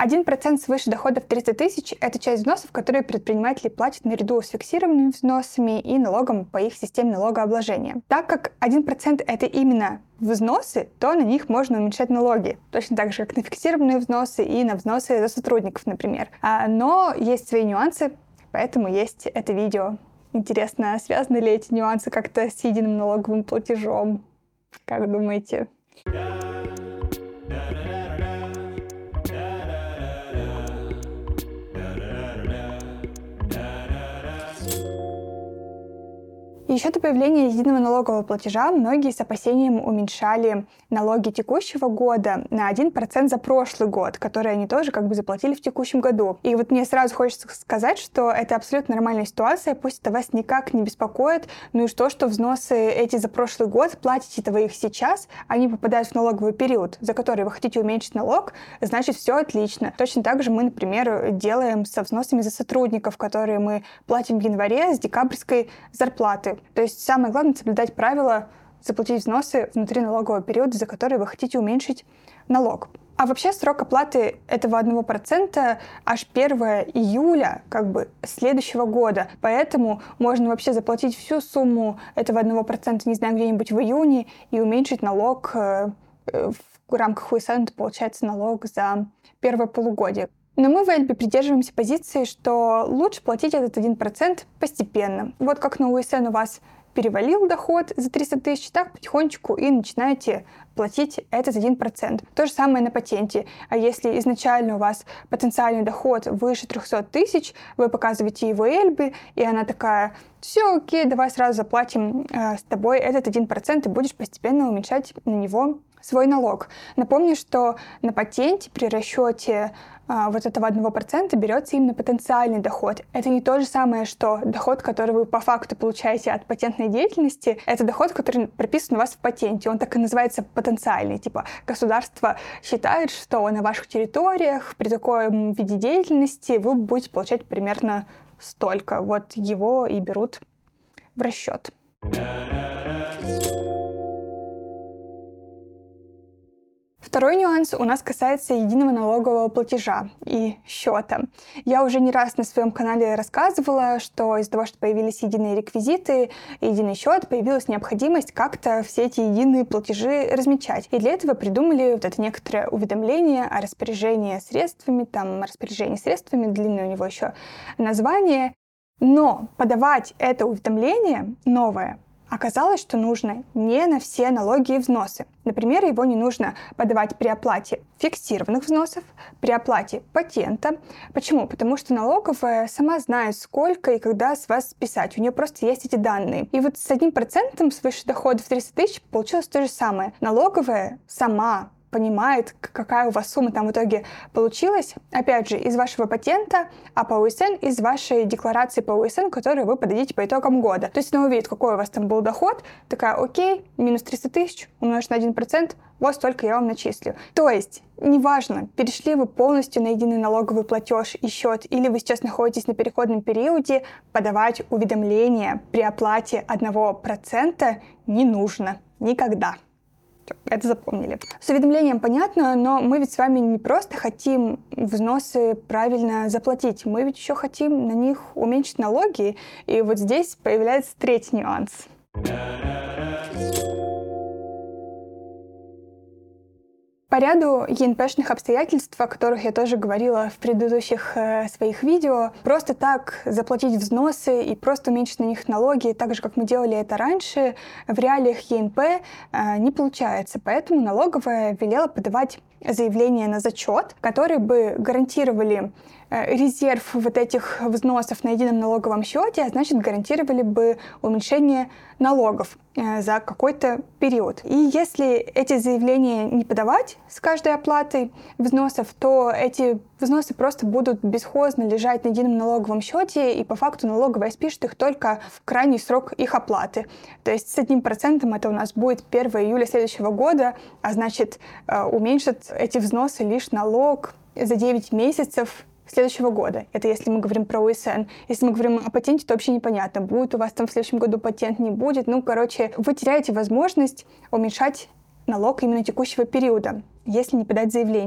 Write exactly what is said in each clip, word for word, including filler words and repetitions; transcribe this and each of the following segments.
один процент свыше доходов тридцать тысяч – это часть взносов, которые предприниматели платят наряду с фиксированными взносами и налогом по их системе налогообложения. Так как один процент – это именно взносы, то на них можно уменьшать налоги. Точно так же, как на фиксированные взносы и на взносы за сотрудников, например. Но есть свои нюансы, поэтому есть это видео. Интересно, связаны ли эти нюансы как-то с единым налоговым платежом? Как думаете? Еще до появления единого налогового платежа многие с опасением уменьшали налоги текущего года на один процент за прошлый год, которые они тоже как бы заплатили в текущем году. И вот мне сразу хочется сказать, что это абсолютно нормальная ситуация, пусть это вас никак не беспокоит. Ну и что, что взносы эти за прошлый год, платите-то вы их сейчас, они попадают в налоговый период, за который вы хотите уменьшить налог, значит, все отлично. Точно так же мы, например, делаем со взносами за сотрудников, которые мы платим в январе с декабрьской зарплаты. То есть самое главное — соблюдать правила, заплатить взносы внутри налогового периода, за который вы хотите уменьшить налог. А вообще срок оплаты этого одного процента аж первого июля как бы следующего года. Поэтому можно вообще заплатить всю сумму этого одного процента, не знаю, где-нибудь в июне и уменьшить налог э, в рамках УСН, это получается налог за первое полугодие. Но мы в Эльбе придерживаемся позиции, что лучше платить этот один процент постепенно. Вот как на УСН у вас перевалил доход за триста тысяч, так потихонечку и начинаете платить этот один процент. То же самое на патенте. А если изначально у вас потенциальный доход выше триста тысяч, вы показываете его Эльбе, и она такая: все, окей, давай сразу заплатим э, с тобой этот один процент, и будешь постепенно уменьшать на него свой налог. Напомню, что на патенте при расчете а, вот этого одного процента берется именно потенциальный доход. Это не то же самое, что доход, который вы по факту получаете от патентной деятельности, это доход, который прописан у вас в патенте. Он так и называется потенциальный. Типа государство считает, что на ваших территориях при таком виде деятельности вы будете получать примерно столько. Вот его и берут в расчет. Второй нюанс у нас касается единого налогового платежа и счета. Я уже не раз на своем канале рассказывала, что из-за того, что появились единые реквизиты, единый счет, появилась необходимость как-то все эти единые платежи размечать. И для этого придумали вот это некоторое уведомление о распоряжении средствами, там распоряжение средствами, длинное у него еще название. Но подавать это уведомление новое оказалось, что нужно не на все налоги и взносы. Например, его не нужно подавать при оплате фиксированных взносов, при оплате патента. Почему? Потому что налоговая сама знает, сколько и когда с вас списать. У нее просто есть эти данные. И вот с одним процентом свыше доходов триста тысяч получилось то же самое. Налоговая сама понимает, какая у вас сумма там в итоге получилась, опять же, из вашего патента, а по УСН из вашей декларации по УСН, которую вы подадите по итогам года. То есть она увидит, какой у вас там был доход, такая: окей, минус триста тысяч, умножить на один процент, вот столько я вам начислю. То есть, неважно, перешли вы полностью на единый налоговый платеж и счет, или вы сейчас находитесь на переходном периоде, подавать уведомления при оплате одного процента не нужно никогда. Это запомнили. С уведомлением понятно, но мы ведь с вами не просто хотим взносы правильно заплатить, мы ведь еще хотим на них уменьшить налоги, и вот здесь появляется третий нюанс. По ряду е эн пэ-шных обстоятельств, о которых я тоже говорила в предыдущих э, своих видео, просто так заплатить взносы и просто уменьшить на них налоги, так же, как мы делали это раньше, в реалиях е эн пэ э, не получается. Поэтому налоговая велела подавать заявления на зачет, которые бы гарантировали резерв вот этих взносов на едином налоговом счете, а значит, гарантировали бы уменьшение налогов за какой-то период. И если эти заявления не подавать с каждой оплатой взносов, то эти взносы просто будут бесхозно лежать на едином налоговом счете, и по факту налоговая спишет их только в крайний срок их оплаты. То есть с одним процентом это у нас будет первого июля следующего года, а значит, уменьшит эти взносы лишь налог за девять месяцев следующего года. Это если мы говорим про УСН. Если мы говорим о патенте, то вообще непонятно, будет у вас там в следующем году патент, не будет. Ну, короче, вы теряете возможность уменьшать налог именно текущего периода, если не подать заявление.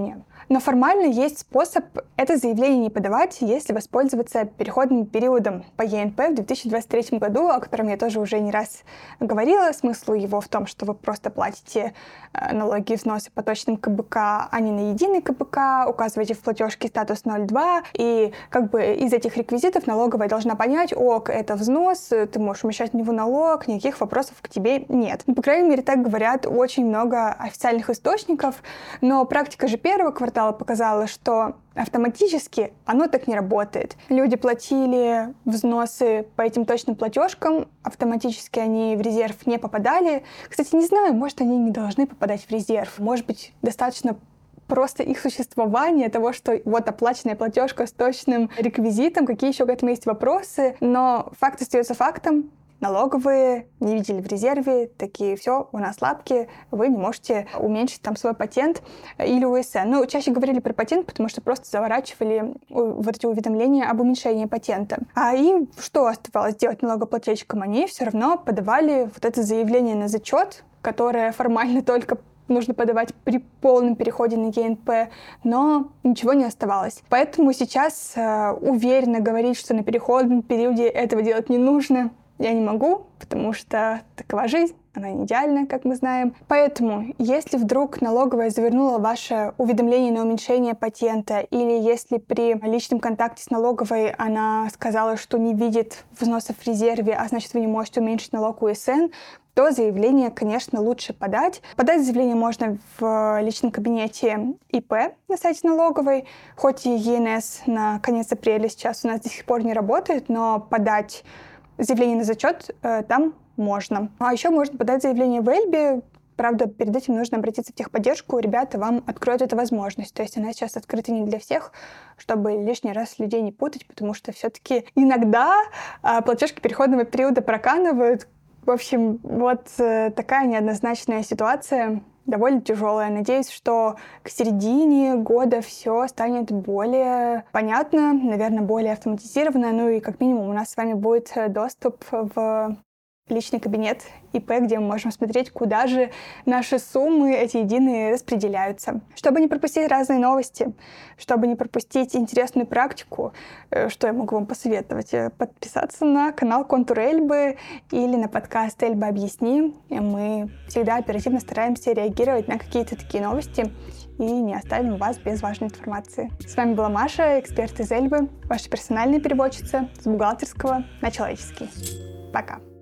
Но формально есть способ это заявление не подавать, если воспользоваться переходным периодом по Е Н П в две тысячи двадцать третьем году, о котором я тоже уже не раз говорила. Смысл его в том, что вы просто платите налоги и взносы по точным К Б К, а не на единый К Б К, указываете в платежке статус ноль два, и как бы из этих реквизитов налоговая должна понять: ок, это взнос, ты можешь умещать в него налог, никаких вопросов к тебе нет. Ну, по крайней мере, так говорят очень много официальных источников, но практика же первого квартала показала, что автоматически оно так не работает. Люди платили взносы по этим точным платежкам, автоматически они в резерв не попадали. Кстати, не знаю, может, они не должны попадать в резерв. Может быть, достаточно просто их существование, того, что вот оплаченная платежка с точным реквизитом, какие еще к этому есть вопросы. Но факт остается фактом. Налоговые не видели в резерве, такие: все, у нас лапки, вы не можете уменьшить там свой патент или У С Н. Ну, чаще говорили про патент, потому что просто заворачивали вот эти уведомления об уменьшении патента. А и что оставалось делать налогоплательщикам? Они все равно подавали вот это заявление на зачет, которое формально только нужно подавать при полном переходе на Е Н П, но ничего не оставалось. Поэтому сейчас э, уверенно говорить, что на переходном периоде этого делать не нужно, я не могу, потому что такова жизнь, она не идеальна, как мы знаем. Поэтому, если вдруг налоговая завернула ваше уведомление на уменьшение патента, или если при личном контакте с налоговой она сказала, что не видит взносов в резерве, а значит, вы не можете уменьшить налог У С Н, то заявление, конечно, лучше подать. Подать заявление можно в личном кабинете И П на сайте налоговой. Хоть и Е Н С на конец апреля сейчас у нас до сих пор не работает, но подать заявление на зачет э, там можно. А еще можно подать заявление в Эльбе. Правда, перед этим нужно обратиться в техподдержку. Ребята вам откроют эту возможность. То есть она сейчас открыта не для всех, чтобы лишний раз людей не путать, потому что все-таки иногда э, платежки переходного периода проканывают. В общем, вот э, такая неоднозначная ситуация, довольно тяжелая. Надеюсь, что к середине года все станет более понятно, наверное, более автоматизировано. Ну и как минимум у нас с вами будет доступ в личный кабинет И П, где мы можем смотреть, куда же наши суммы, эти единые, распределяются. Чтобы не пропустить разные новости, чтобы не пропустить интересную практику, что я могу вам посоветовать? Подписаться на канал Контур Эльбы или на подкаст «Эльба объясни». Мы всегда оперативно стараемся реагировать на какие-то такие новости и не оставим вас без важной информации. С вами была Маша, эксперт из Эльбы, ваша персональная переводчица с бухгалтерского на человеческий. Пока!